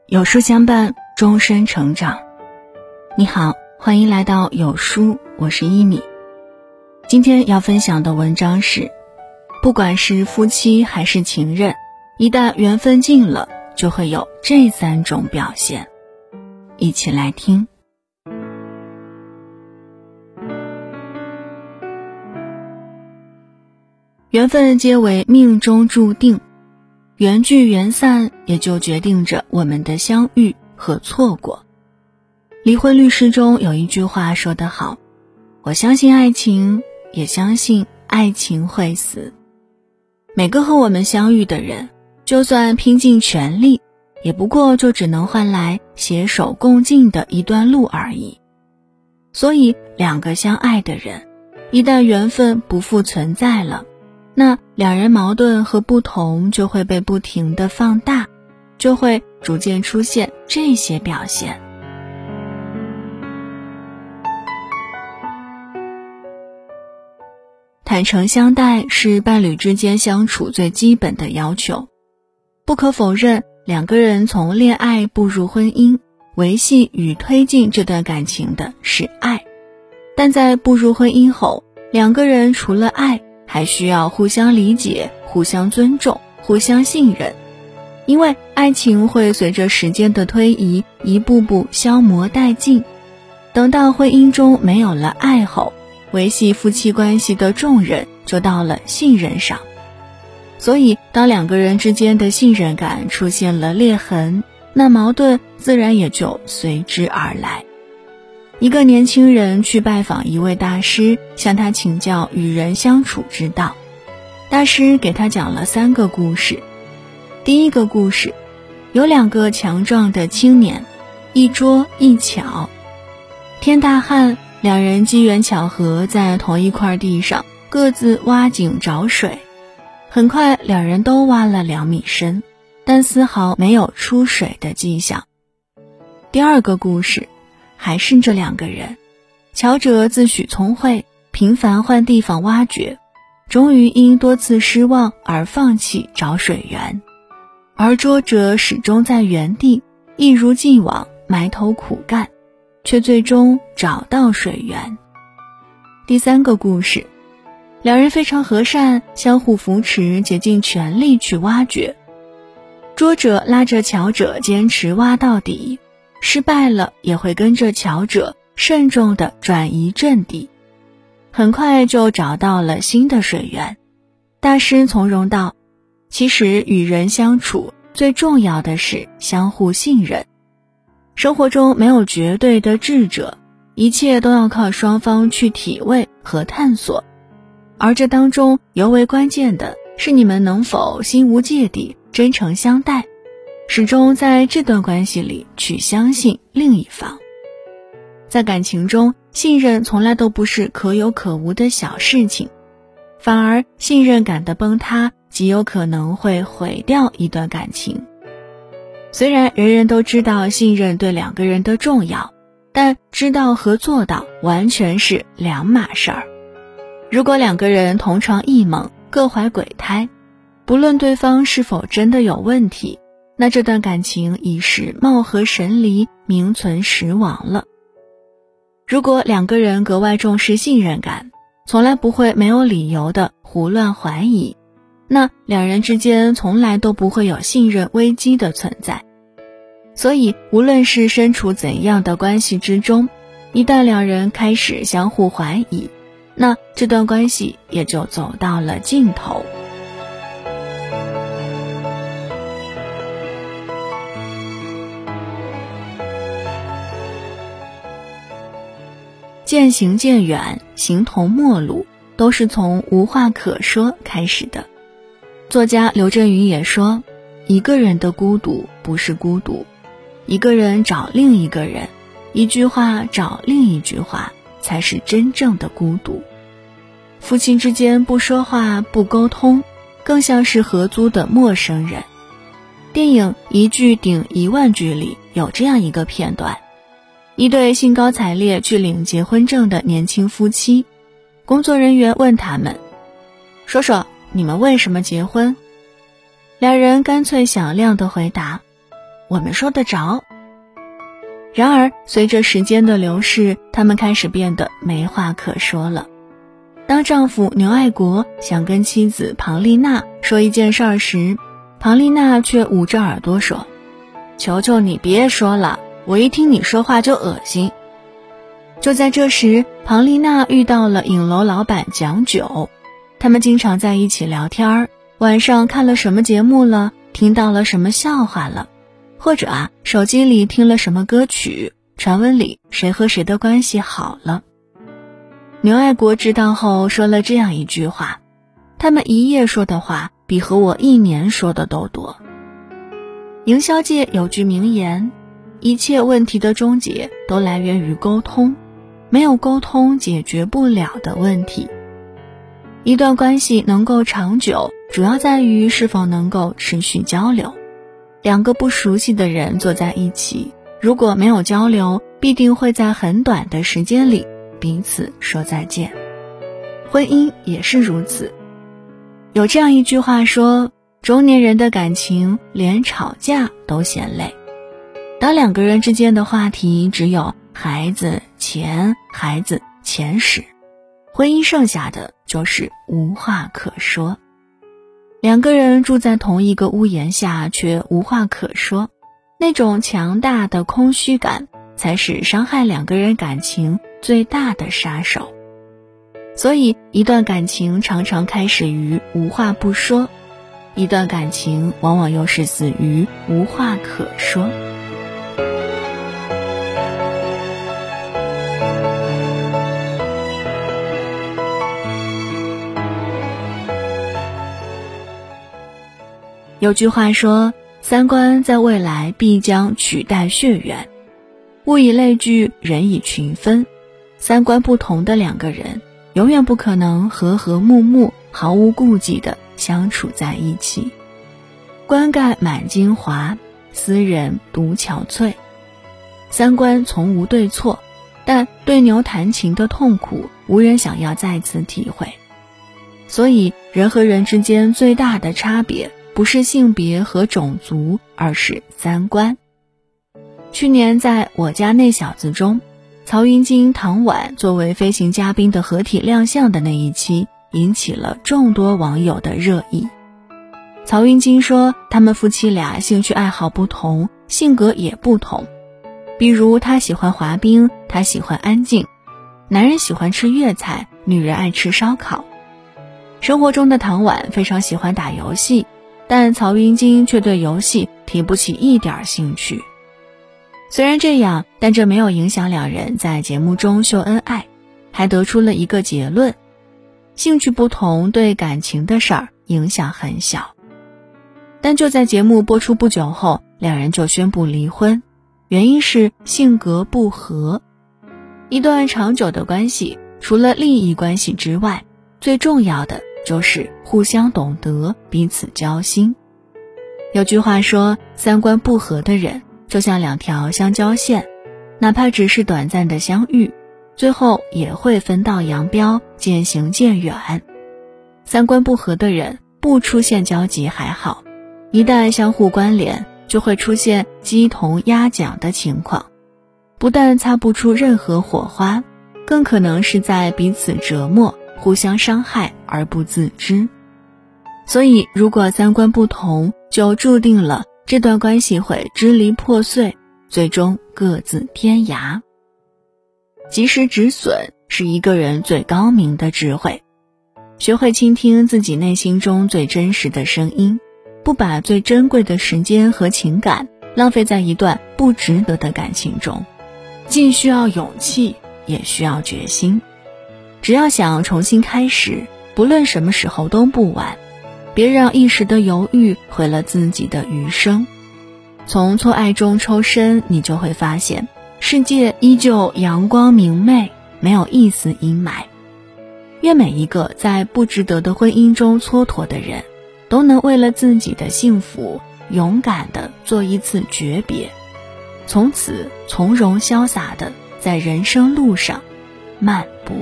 有书相伴，终身成长。你好，欢迎来到有书，我是一米。今天要分享的文章是，不管是夫妻还是情人，一旦缘分尽了，就会有这3种表现。一起来听。缘分皆为命中注定，缘聚缘散也就决定着我们的相遇和错过。离婚律师中有一句话说得好，我相信爱情，也相信爱情会死。每个和我们相遇的人，就算拼尽全力，也不过就只能换来携手共进的一段路而已。所以两个相爱的人，一旦缘分不复存在了，那两人矛盾和不同就会被不停地放大，就会逐渐出现这些表现。坦诚相待是伴侣之间相处最基本的要求。不可否认，两个人从恋爱步入婚姻，维系与推进这段感情的是爱。但在步入婚姻后，两个人除了爱，还需要互相理解、互相尊重、互相信任。因为爱情会随着时间的推移，一步步消磨殆尽。等到婚姻中没有了爱后，维系夫妻关系的重任就到了信任上。所以当两个人之间的信任感出现了裂痕，那矛盾自然也就随之而来。一个年轻人去拜访一位大师，向他请教与人相处之道。大师给他讲了3个故事。第一个故事，有2个强壮的青年，一拙一巧。天大旱，两人机缘巧合在同一块地上各自挖井找水。很快两人都挖了2米深，但丝毫没有出水的迹象。第二个故事，还是这2个人。巧者自诩聪慧，频繁换地方挖掘，终于因多次失望而放弃找水源。而拙者始终在原地，一如既往埋头苦干，却最终找到水源。第3个故事，两人非常和善，相互扶持，竭尽全力去挖掘。拙者拉着巧者坚持挖到底，失败了也会跟着巧者慎重地转移阵地。很快就找到了新的水源。大师从容道，其实与人相处最重要的是相互信任。生活中没有绝对的智者，一切都要靠双方去体味和探索。而这当中尤为关键的是你们能否心无芥蒂，真诚相待，始终在这段关系里去相信另一方。在感情中，信任从来都不是可有可无的小事情，反而信任感的崩塌极有可能会毁掉一段感情。虽然人人都知道信任对2个人的重要，但知道和做到完全是2码事儿。如果2个人同床异梦，各怀鬼胎，不论对方是否真的有问题，那这段感情已是貌合神离，名存实亡了。如果2个人格外重视信任感，从来不会没有理由的胡乱怀疑，那2人之间从来都不会有信任危机的存在。所以无论是身处怎样的关系之中，一旦2人开始相互怀疑，那这段关系也就走到了尽头。渐行渐远，形同陌路，都是从无话可说开始的。作家刘震云也说，一个人的孤独不是孤独，一个人找另一个人，一句话找另一句话，才是真正的孤独。夫妻之间不说话不沟通，更像是合租的陌生人。电影《一句顶10000句》里有这样一个片段，一对兴高采烈去领结婚证的年轻夫妻，工作人员问他们，说说你们为什么结婚？2人干脆响亮地回答， 我们说得着。然而随着时间的流逝，他们开始变得没话可说了。当丈夫牛爱国想跟妻子庞丽娜说一件事儿时，庞丽娜却捂着耳朵说，求求你别说了，我一听你说话就恶心。就在这时，庞丽娜遇到了影楼老板蒋九，他们经常在一起聊天，晚上看了什么节目了，听到了什么笑话了，或者手机里听了什么歌曲，传闻里谁和谁的关系好了。牛爱国知道后说了这样一句话，他们一夜说的话比和我1年说的都多。营销界有句名言，一切问题的终结都来源于沟通，没有沟通解决不了的问题。一段关系能够长久，主要在于是否能够持续交流。两个不熟悉的人坐在一起，如果没有交流，必定会在很短的时间里彼此说再见。婚姻也是如此。有这样一句话说，中年人的感情连吵架都嫌累。当两个人之间的话题只有孩子、钱、孩子、钱时，婚姻剩下的就是无话可说。两个人住在同一个屋檐下却无话可说，那种强大的空虚感才是伤害两个人感情最大的杀手。所以一段感情常常开始于无话不说，一段感情往往又是死于无话可说。有句话说，三观在未来必将取代血缘。物以类聚，人以群分，三观不同的两个人永远不可能和和睦睦毫无顾忌地相处在一起。棺盖满金华，斯人独憔悴。三观从无对错，但对牛弹琴的痛苦无人想要再次体会。所以人和人之间最大的差别不是性别和种族，而是三观。去年在我家那小子中，曹云金、唐婉作为飞行嘉宾的合体亮相的那一期引起了众多网友的热议。曹云金说，他们夫妻俩兴趣爱好不同，性格也不同。比如他喜欢滑冰，他喜欢安静。男人喜欢吃粤菜，女人爱吃烧烤。生活中的唐婉非常喜欢打游戏，但曹云金却对游戏提不起一点兴趣。虽然这样，但这没有影响两人在节目中秀恩爱，还得出了一个结论：兴趣不同对感情的事儿影响很小。但就在节目播出不久后，两人就宣布离婚，原因是性格不合。一段长久的关系，除了利益关系之外，最重要的就是互相懂得，彼此交心。有句话说，三观不合的人就像两条相交线，哪怕只是短暂的相遇，最后也会分道扬镳，渐行渐远。三观不合的人不出现交集还好，一旦相互关联，就会出现鸡同鸭讲的情况，不但擦不出任何火花，更可能是在彼此折磨，互相伤害而不自知。所以如果三观不同，就注定了这段关系会支离破碎，最终各自天涯。及时止损是一个人最高明的智慧，学会倾听自己内心中最真实的声音，不把最珍贵的时间和情感浪费在一段不值得的感情中，既需要勇气，也需要决心。只要想重新开始，不论什么时候都不晚，别让一时的犹豫毁了自己的余生。从错爱中抽身，你就会发现世界依旧阳光明媚，没有一丝阴霾。愿每一个在不值得的婚姻中蹉跎的人，都能为了自己的幸福勇敢地做一次诀别，从此从容潇洒地在人生路上漫步。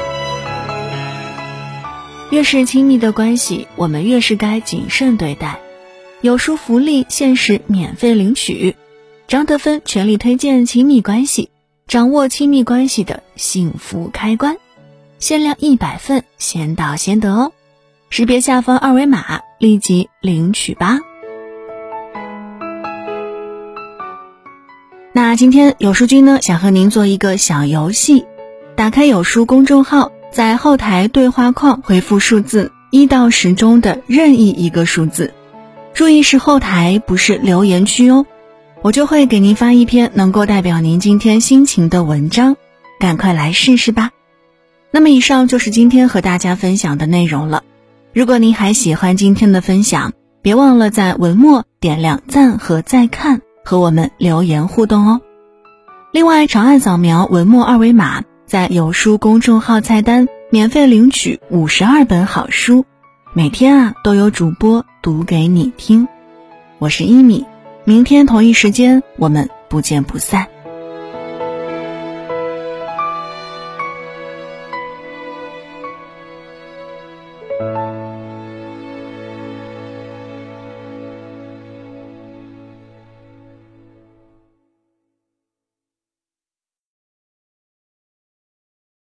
越是亲密的关系，我们越是该谨慎对待， 有书福利限时免费领取。张德芬全力推荐亲密关系，掌握亲密关系的幸福开关，限量100份，先到先得哦。识别下方二维码，立即领取吧。那今天有书君呢，想和您做一个小游戏。打开有书公众号，在后台对话框回复数字1到10中的任意一个数字，注意是后台，不是留言区哦。我就会给您发一篇能够代表您今天心情的文章，赶快来试试吧。那么以上就是今天和大家分享的内容了。如果您还喜欢今天的分享，别忘了在文末点亮赞和再看，和我们留言互动哦。另外，长按扫描文末二维码，在有书公众号菜单免费领取52本好书，每天都有主播读给你听。我是一米，明天同一时间我们不见不散。